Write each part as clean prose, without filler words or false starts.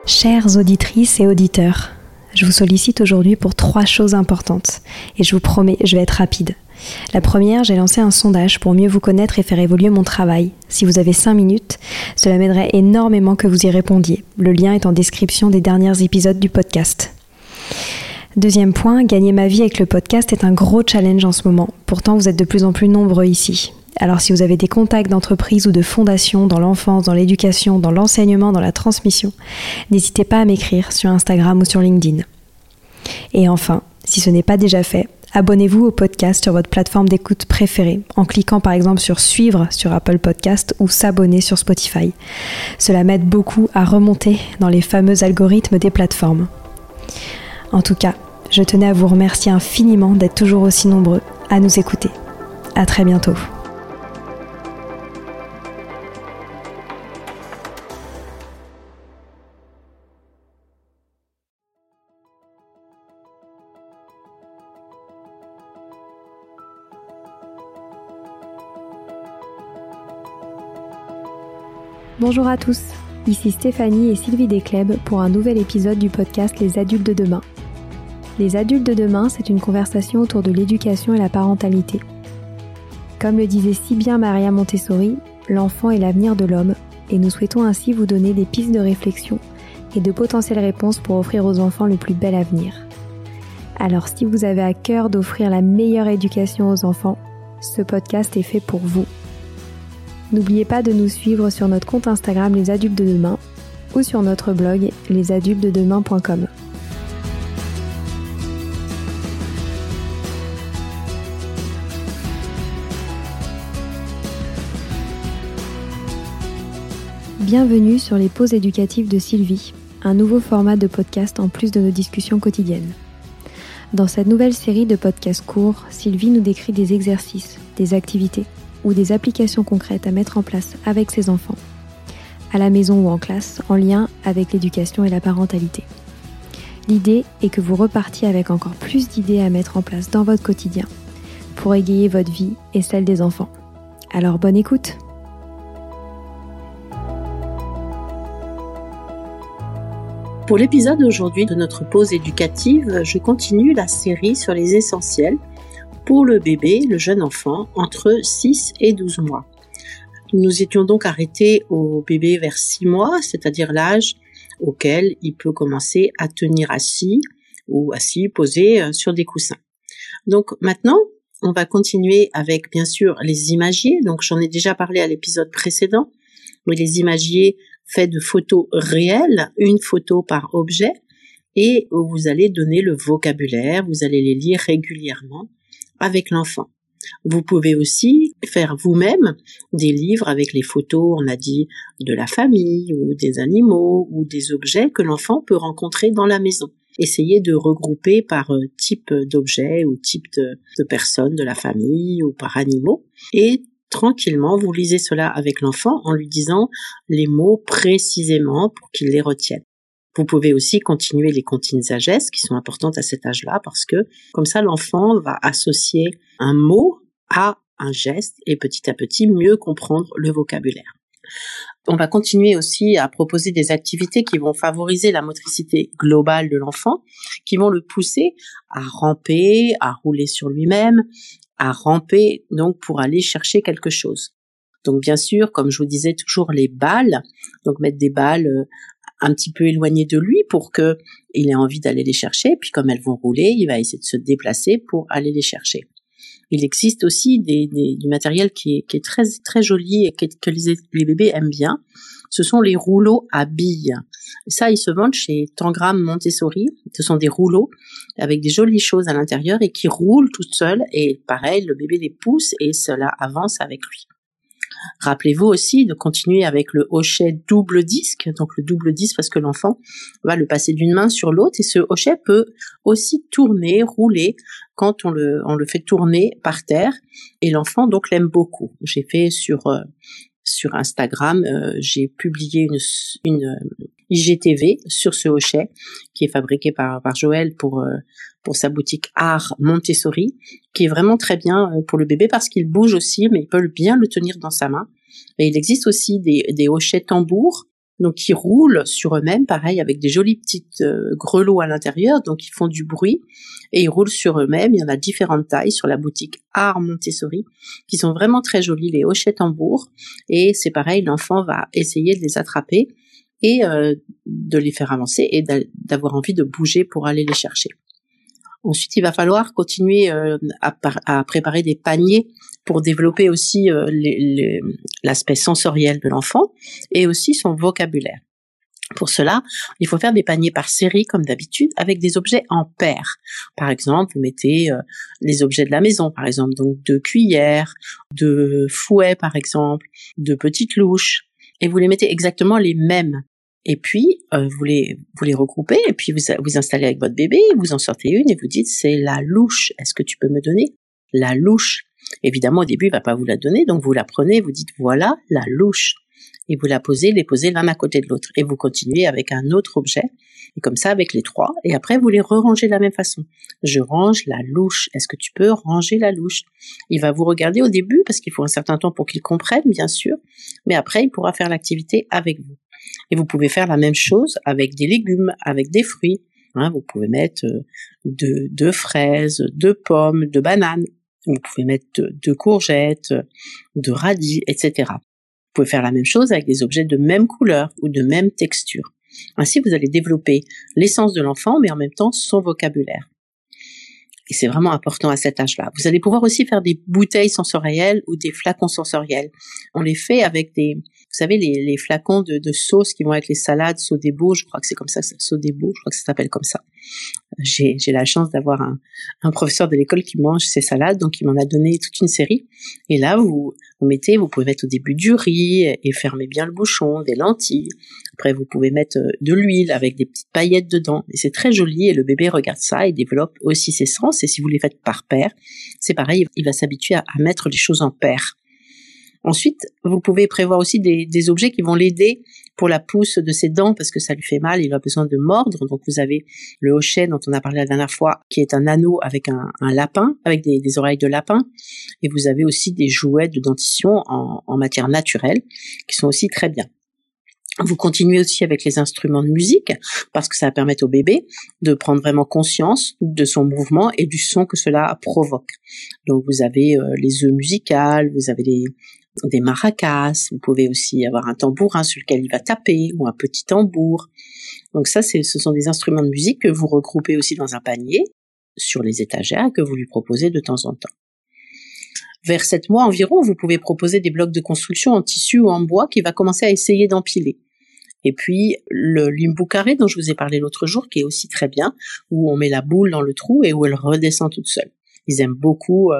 Chères auditrices et auditeurs, je vous sollicite aujourd'hui pour 3 choses importantes et je vous promets, je vais être rapide. La première, j'ai lancé un sondage pour mieux vous connaître et faire évoluer mon travail. Si vous avez 5 minutes, cela m'aiderait énormément que vous y répondiez. Le lien est en description des derniers épisodes du podcast. Deuxième point, gagner ma vie avec le podcast est un gros challenge en ce moment. Pourtant, vous êtes de plus en plus nombreux ici. Alors si vous avez des contacts d'entreprises ou de fondations dans l'enfance, dans l'éducation, dans l'enseignement, dans la transmission, n'hésitez pas à m'écrire sur Instagram ou sur LinkedIn. Et enfin, si ce n'est pas déjà fait, abonnez-vous au podcast sur votre plateforme d'écoute préférée en cliquant par exemple sur suivre sur Apple Podcast ou s'abonner sur Spotify. Cela m'aide beaucoup à remonter dans les fameux algorithmes des plateformes. En tout cas, je tenais à vous remercier infiniment d'être toujours aussi nombreux à nous écouter. À très bientôt. Bonjour à tous, ici Stéphanie et Sylvie Descleb pour un nouvel épisode du podcast Les Adultes de Demain. Les Adultes de Demain, c'est une conversation autour de l'éducation et la parentalité. Comme le disait si bien Maria Montessori, l'enfant est l'avenir de l'homme et nous souhaitons ainsi vous donner des pistes de réflexion et de potentielles réponses pour offrir aux enfants le plus bel avenir. Alors si vous avez à cœur d'offrir la meilleure éducation aux enfants, ce podcast est fait pour vous. N'oubliez pas de nous suivre sur notre compte Instagram Les Adultes de Demain ou sur notre blog lesadultesdedemain.com. Bienvenue sur les pauses éducatives de Sylvie, un nouveau format de podcast en plus de nos discussions quotidiennes. Dans cette nouvelle série de podcasts courts, Sylvie nous décrit des exercices, des activités ou des applications concrètes à mettre en place avec ses enfants, à la maison ou en classe, en lien avec l'éducation et la parentalité. L'idée est que vous repartiez avec encore plus d'idées à mettre en place dans votre quotidien pour égayer votre vie et celle des enfants. Alors bonne écoute! Pour l'épisode d'aujourd'hui de notre pause éducative, je continue la série sur les essentiels pour le bébé, le jeune enfant, entre 6 et 12 mois. Nous nous étions donc arrêtés au bébé vers 6 mois, c'est-à-dire l'âge auquel il peut commencer à tenir assis ou assis posé sur des coussins. Donc maintenant, on va continuer avec bien sûr les imagiers. Donc j'en ai déjà parlé à l'épisode précédent, mais les imagiers faits de photos réelles, une photo par objet, et où vous allez donner le vocabulaire, vous allez les lire régulièrement avec l'enfant. Vous pouvez aussi faire vous-même des livres avec les photos, on a dit, de la famille ou des animaux ou des objets que l'enfant peut rencontrer dans la maison. Essayez de regrouper par type d'objet ou type de personnes de la famille ou par animaux et tranquillement, vous lisez cela avec l'enfant en lui disant les mots précisément pour qu'il les retienne. Vous pouvez aussi continuer les comptines à gestes qui sont importantes à cet âge-là parce que comme ça l'enfant va associer un mot à un geste et petit à petit mieux comprendre le vocabulaire. On va continuer aussi à proposer des activités qui vont favoriser la motricité globale de l'enfant, qui vont le pousser à ramper, à rouler sur lui-même, à ramper donc pour aller chercher quelque chose. Donc bien sûr, comme je vous disais, toujours les balles, donc mettre des balles un petit peu éloignées de lui pour que il ait envie d'aller les chercher, puis comme elles vont rouler, il va essayer de se déplacer pour aller les chercher. Il existe aussi du matériel qui est très très joli et que les bébés aiment bien. Ce sont les rouleaux à billes. Ça, ils se vendent chez Tangram Montessori. Ce sont des rouleaux avec des jolies choses à l'intérieur et qui roulent toutes seules. Et pareil, le bébé les pousse et cela avance avec lui. Rappelez-vous aussi de continuer avec le hochet double disque. Donc le double disque parce que l'enfant va le passer d'une main sur l'autre et ce hochet peut aussi tourner, rouler quand on le fait tourner par terre et l'enfant donc l'aime beaucoup. J'ai fait sur Instagram, j'ai publié une IGTV sur ce hochet qui est fabriqué par Joël pour sa boutique Art Montessori, qui est vraiment très bien pour le bébé parce qu'il bouge aussi, mais il peut bien le tenir dans sa main. Et il existe aussi des hochets tambours Donc ils roulent sur eux-mêmes, pareil, avec des jolis petites grelots à l'intérieur, donc ils font du bruit et ils roulent sur eux-mêmes. Il y en a différentes tailles sur la boutique Art Montessori, qui sont vraiment très jolis, les hochets tambours. Et c'est pareil, l'enfant va essayer de les attraper et de les faire avancer et d'avoir envie de bouger pour aller les chercher. Ensuite, il va falloir continuer à préparer des paniers pour développer aussi l'aspect sensoriel de l'enfant et aussi son vocabulaire. Pour cela, il faut faire des paniers par série comme d'habitude avec des objets en paire. Par exemple, vous mettez les objets de la maison, par exemple, donc 2 cuillères, 2 fouets, par exemple, 2 petites louches, et vous les mettez exactement les mêmes. Et puis, vous les regroupez, et puis vous installez avec votre bébé, vous en sortez une et vous dites, c'est la louche, est-ce que tu peux me donner la louche? Évidemment, au début, il va pas vous la donner, donc vous la prenez, vous dites, voilà la louche. Et vous les posez l'un à côté de l'autre. Et vous continuez avec un autre objet, et comme ça avec les 3, et après vous les rangez de la même façon. Je range la louche, est-ce que tu peux ranger la louche? Il va vous regarder au début, parce qu'il faut un certain temps pour qu'il comprenne, bien sûr, mais après il pourra faire l'activité avec vous. Et vous pouvez faire la même chose avec des légumes, avec des fruits. Vous pouvez mettre 2 fraises, 2 pommes, 2 bananes. Vous pouvez mettre 2 courgettes, 2 radis, etc. Vous pouvez faire la même chose avec des objets de même couleur ou de même texture. Ainsi, vous allez développer l'essence de l'enfant, mais en même temps son vocabulaire. Et c'est vraiment important à cet âge-là. Vous allez pouvoir aussi faire des bouteilles sensorielles ou des flacons sensoriels. On les fait avec vous savez, les flacons de sauce qui vont avec les salades, Sodebo, je crois que c'est comme ça, Sodebo, je crois que ça s'appelle comme ça. J'ai la chance d'avoir un professeur de l'école qui mange ces salades, donc il m'en a donné toute une série. Et là, vous pouvez mettre au début du riz et fermer bien le bouchon, des lentilles. Après, vous pouvez mettre de l'huile avec des petites paillettes dedans. Et c'est très joli et le bébé regarde ça et développe aussi ses sens. Et si vous les faites par paire, c'est pareil, il va s'habituer à mettre les choses en paire. Ensuite, vous pouvez prévoir aussi des objets qui vont l'aider pour la pousse de ses dents parce que ça lui fait mal, il a besoin de mordre. Donc vous avez le hochet dont on a parlé la dernière fois qui est un anneau avec un lapin, avec des oreilles de lapin. Et vous avez aussi des jouets de dentition en matière naturelle qui sont aussi très bien. Vous continuez aussi avec les instruments de musique parce que ça va permettre au bébé de prendre vraiment conscience de son mouvement et du son que cela provoque. Donc vous avez les œufs musicales, vous avez des maracas, vous pouvez aussi avoir un tambourin sur lequel il va taper ou un petit tambour. Donc ça, ce sont des instruments de musique que vous regroupez aussi dans un panier sur les étagères et que vous lui proposez de temps en temps. Vers 7 mois environ, vous pouvez proposer des blocs de construction en tissu ou en bois qu'il va commencer à essayer d'empiler. Et puis le limbo carré dont je vous ai parlé l'autre jour, qui est aussi très bien, où on met la boule dans le trou et où elle redescend toute seule. Ils aiment beaucoup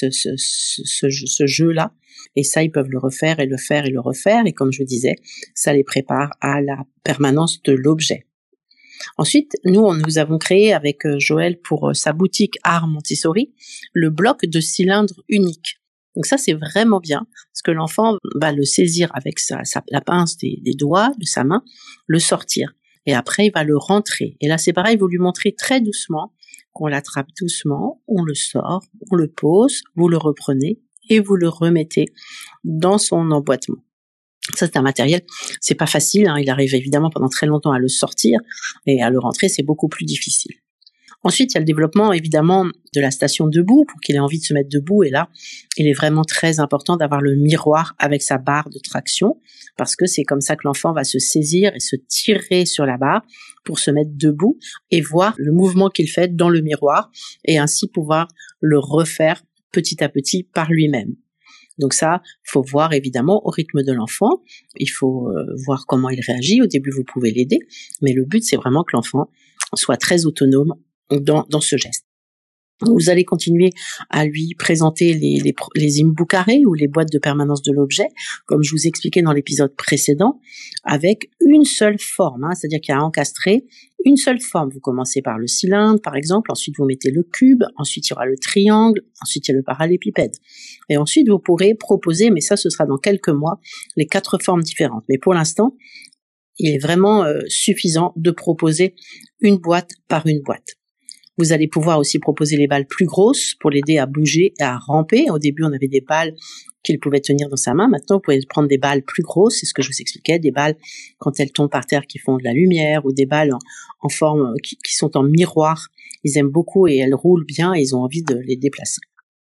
ce jeu-là, et ça, ils peuvent le refaire et le faire et le refaire, et comme je vous disais, ça les prépare à la permanence de l'objet. Ensuite, nous avons créé avec Joël pour sa boutique Art Montessori, le bloc de cylindre unique. Donc ça, c'est vraiment bien, parce que l'enfant va le saisir avec la pince des doigts de sa main, le sortir. Et après, il va le rentrer. Et là, c'est pareil, vous lui montrez très doucement, qu'on l'attrape doucement, on le sort, on le pose, vous le reprenez et vous le remettez dans son emboîtement. Ça, c'est un matériel, c'est pas facile, il arrive évidemment pendant très longtemps à le sortir, et à le rentrer, c'est beaucoup plus difficile. Ensuite, il y a le développement, évidemment, de la station debout, pour qu'il ait envie de se mettre debout, et là, il est vraiment très important d'avoir le miroir avec sa barre de traction, parce que c'est comme ça que l'enfant va se saisir et se tirer sur la barre pour se mettre debout, et voir le mouvement qu'il fait dans le miroir, et ainsi pouvoir le refaire petit à petit par lui-même. Donc ça, il faut voir évidemment au rythme de l'enfant, il faut voir comment il réagit. Au début, vous pouvez l'aider, mais le but, c'est vraiment que l'enfant soit très autonome dans ce geste. Vous allez continuer à lui présenter les imbu carrés ou les boîtes de permanence de l'objet, comme je vous expliquais dans l'épisode précédent, avec une seule forme, c'est-à-dire qu'il y a encastré une seule forme. Vous commencez par le cylindre, par exemple, ensuite vous mettez le cube, ensuite il y aura le triangle, ensuite il y a le parallépipède. Et ensuite vous pourrez proposer, mais ça ce sera dans quelques mois, les 4 formes différentes. Mais pour l'instant, il est vraiment suffisant de proposer une boîte par une boîte. Vous allez pouvoir aussi proposer les balles plus grosses pour l'aider à bouger et à ramper. Au début, on avait des balles qu'il pouvait tenir dans sa main. Maintenant, vous pouvez prendre des balles plus grosses, c'est ce que je vous expliquais, des balles quand elles tombent par terre qui font de la lumière, ou des balles en forme qui sont en miroir. Ils aiment beaucoup et elles roulent bien et ils ont envie de les déplacer.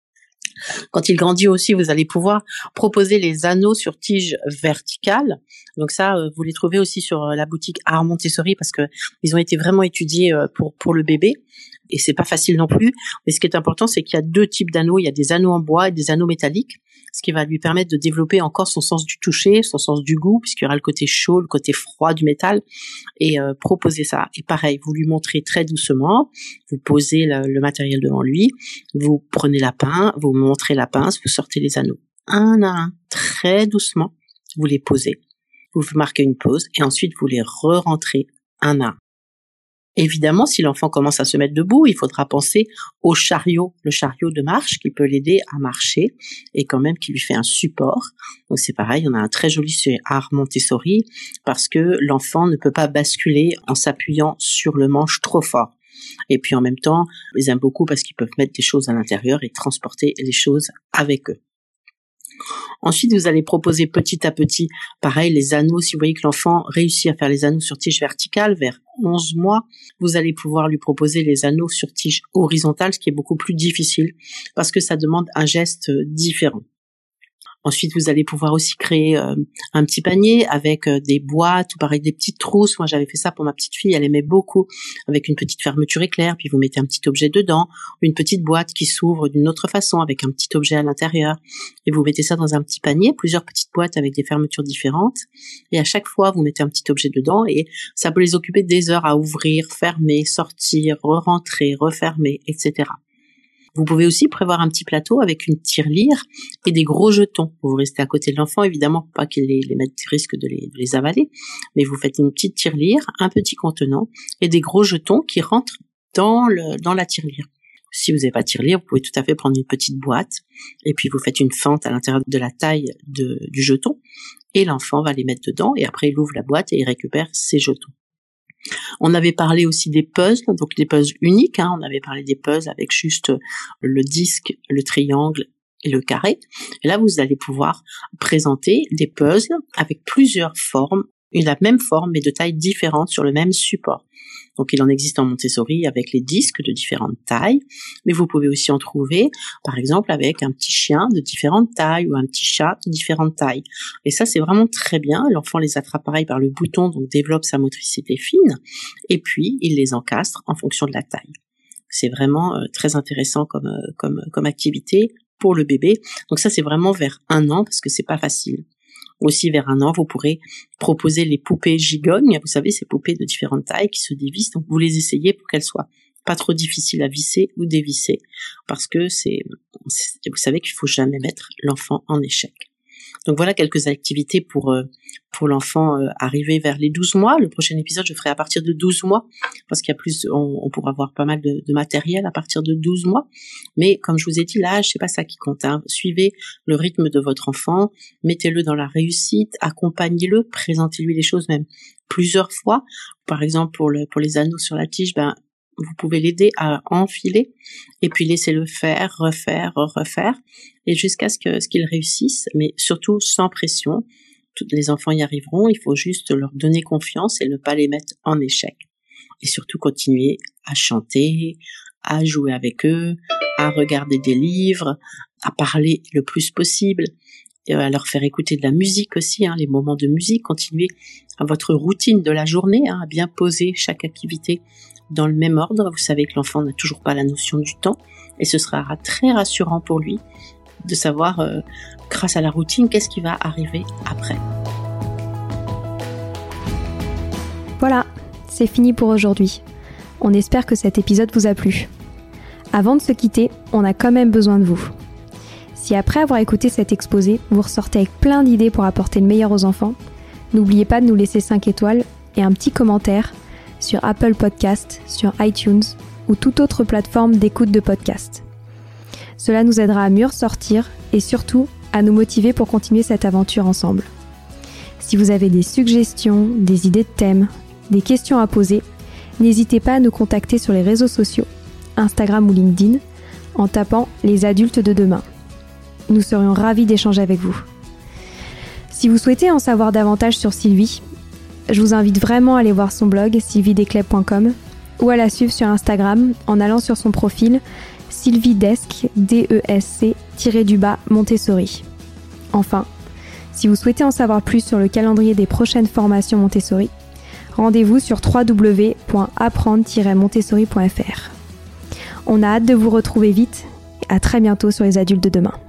Quand il grandit aussi, vous allez pouvoir proposer les anneaux sur tige verticale. Donc ça, vous les trouvez aussi sur la boutique Art Montessori parce que ils ont été vraiment étudiés pour le bébé. Et c'est pas facile non plus. Mais ce qui est important, c'est qu'il y a 2 types d'anneaux. Il y a des anneaux en bois et des anneaux métalliques, ce qui va lui permettre de développer encore son sens du toucher, son sens du goût, puisqu'il y aura le côté chaud, le côté froid du métal, et proposer ça. Et pareil, vous lui montrez très doucement, vous posez le matériel devant lui, vous prenez vous montrez la pince, vous sortez les anneaux un à un, très doucement, vous les posez, vous marquez une pause, et ensuite vous les re-rentrez un à un. Évidemment, si l'enfant commence à se mettre debout, il faudra penser au chariot, le chariot de marche qui peut l'aider à marcher et quand même qui lui fait un support. Donc c'est pareil, on a un très joli chez Art Montessori parce que l'enfant ne peut pas basculer en s'appuyant sur le manche trop fort. Et puis en même temps, ils aiment beaucoup parce qu'ils peuvent mettre des choses à l'intérieur et transporter les choses avec eux. Ensuite, vous allez proposer petit à petit, pareil, les anneaux. Si vous voyez que l'enfant réussit à faire les anneaux sur tige verticale vers 11 mois, vous allez pouvoir lui proposer les anneaux sur tige horizontale, ce qui est beaucoup plus difficile parce que ça demande un geste différent. Ensuite, vous allez pouvoir aussi créer un petit panier avec des boîtes ou pareil des petites trousses. Moi, j'avais fait ça pour ma petite fille, elle aimait beaucoup, avec une petite fermeture éclair, puis vous mettez un petit objet dedans, une petite boîte qui s'ouvre d'une autre façon avec un petit objet à l'intérieur, et vous mettez ça dans un petit panier, plusieurs petites boîtes avec des fermetures différentes, et à chaque fois, vous mettez un petit objet dedans, et ça peut les occuper des heures à ouvrir, fermer, sortir, re-rentrer, refermer, etc. Vous pouvez aussi prévoir un petit plateau avec une tirelire et des gros jetons. Vous restez à côté de l'enfant, évidemment, pour pas qu'il risque de les avaler. Mais vous faites une petite tirelire, un petit contenant et des gros jetons qui rentrent dans la tirelire. Si vous n'avez pas de tirelire, vous pouvez tout à fait prendre une petite boîte et puis vous faites une fente à l'intérieur de la taille du jeton et l'enfant va les mettre dedans et après il ouvre la boîte et il récupère ses jetons. On avait parlé aussi des puzzles, donc des puzzles uniques, on avait parlé des puzzles avec juste le disque, le triangle et le carré. Et là, vous allez pouvoir présenter des puzzles avec plusieurs formes, la même forme mais de tailles différentes sur le même support. Donc il en existe en Montessori avec les disques de différentes tailles, mais vous pouvez aussi en trouver, par exemple, avec un petit chien de différentes tailles ou un petit chat de différentes tailles. Et ça, c'est vraiment très bien. L'enfant les attrape pareil par le bouton, donc développe sa motricité fine, et puis il les encastre en fonction de la taille. C'est vraiment très intéressant comme activité pour le bébé. Donc ça, c'est vraiment vers 1 an parce que c'est pas facile. Aussi, vers 1 an, vous pourrez proposer les poupées gigognes. Vous savez, ces poupées de différentes tailles qui se dévissent. Donc, vous les essayez pour qu'elles soient pas trop difficiles à visser ou dévisser. Parce que vous savez qu'il faut jamais mettre l'enfant en échec. Donc voilà quelques activités pour l'enfant arrivé vers les 12 mois. Le prochain épisode, je ferai à partir de 12 mois parce qu'il y a on pourra avoir pas mal de matériel à partir de 12 mois. Mais comme je vous ai dit, l'âge, c'est pas ça qui compte. Suivez le rythme de votre enfant, mettez-le dans la réussite, accompagnez-le, présentez-lui les choses même plusieurs fois. Par exemple, pour les anneaux sur la tige, vous pouvez l'aider à enfiler et puis laissez-le faire, refaire et jusqu'à ce qu'il réussisse, mais surtout sans pression. Tous les enfants y arriveront, il faut juste leur donner confiance et ne pas les mettre en échec. Et surtout continuer à chanter, à jouer avec eux, à regarder des livres, à parler le plus possible, et à leur faire écouter de la musique aussi, les moments de musique. Continuez à votre routine de la journée, à bien poser chaque activité dans le même ordre. Vous savez que l'enfant n'a toujours pas la notion du temps et ce sera très rassurant pour lui de savoir, grâce à la routine, qu'est-ce qui va arriver après. Voilà, c'est fini pour aujourd'hui. On espère que cet épisode vous a plu. Avant de se quitter, on a quand même besoin de vous. Si après avoir écouté cet exposé, vous ressortez avec plein d'idées pour apporter le meilleur aux enfants, n'oubliez pas de nous laisser 5 étoiles et un petit commentaire sur Apple Podcast, sur iTunes ou toute autre plateforme d'écoute de podcast. Cela nous aidera à mieux ressortir et surtout à nous motiver pour continuer cette aventure ensemble. Si vous avez des suggestions, des idées de thèmes, des questions à poser, n'hésitez pas à nous contacter sur les réseaux sociaux Instagram ou LinkedIn en tapant « Les adultes de demain ». Nous serions ravis d'échanger avec vous. Si vous souhaitez en savoir davantage sur Sylvie, je vous invite vraiment à aller voir son blog sylviedesclèves.com ou à la suivre sur Instagram en allant sur son profil sylviedesc, Montessori. Enfin, si vous souhaitez en savoir plus sur le calendrier des prochaines formations Montessori, rendez-vous sur www.apprendre-montessori.fr. On a hâte de vous retrouver vite et à très bientôt sur les adultes de demain.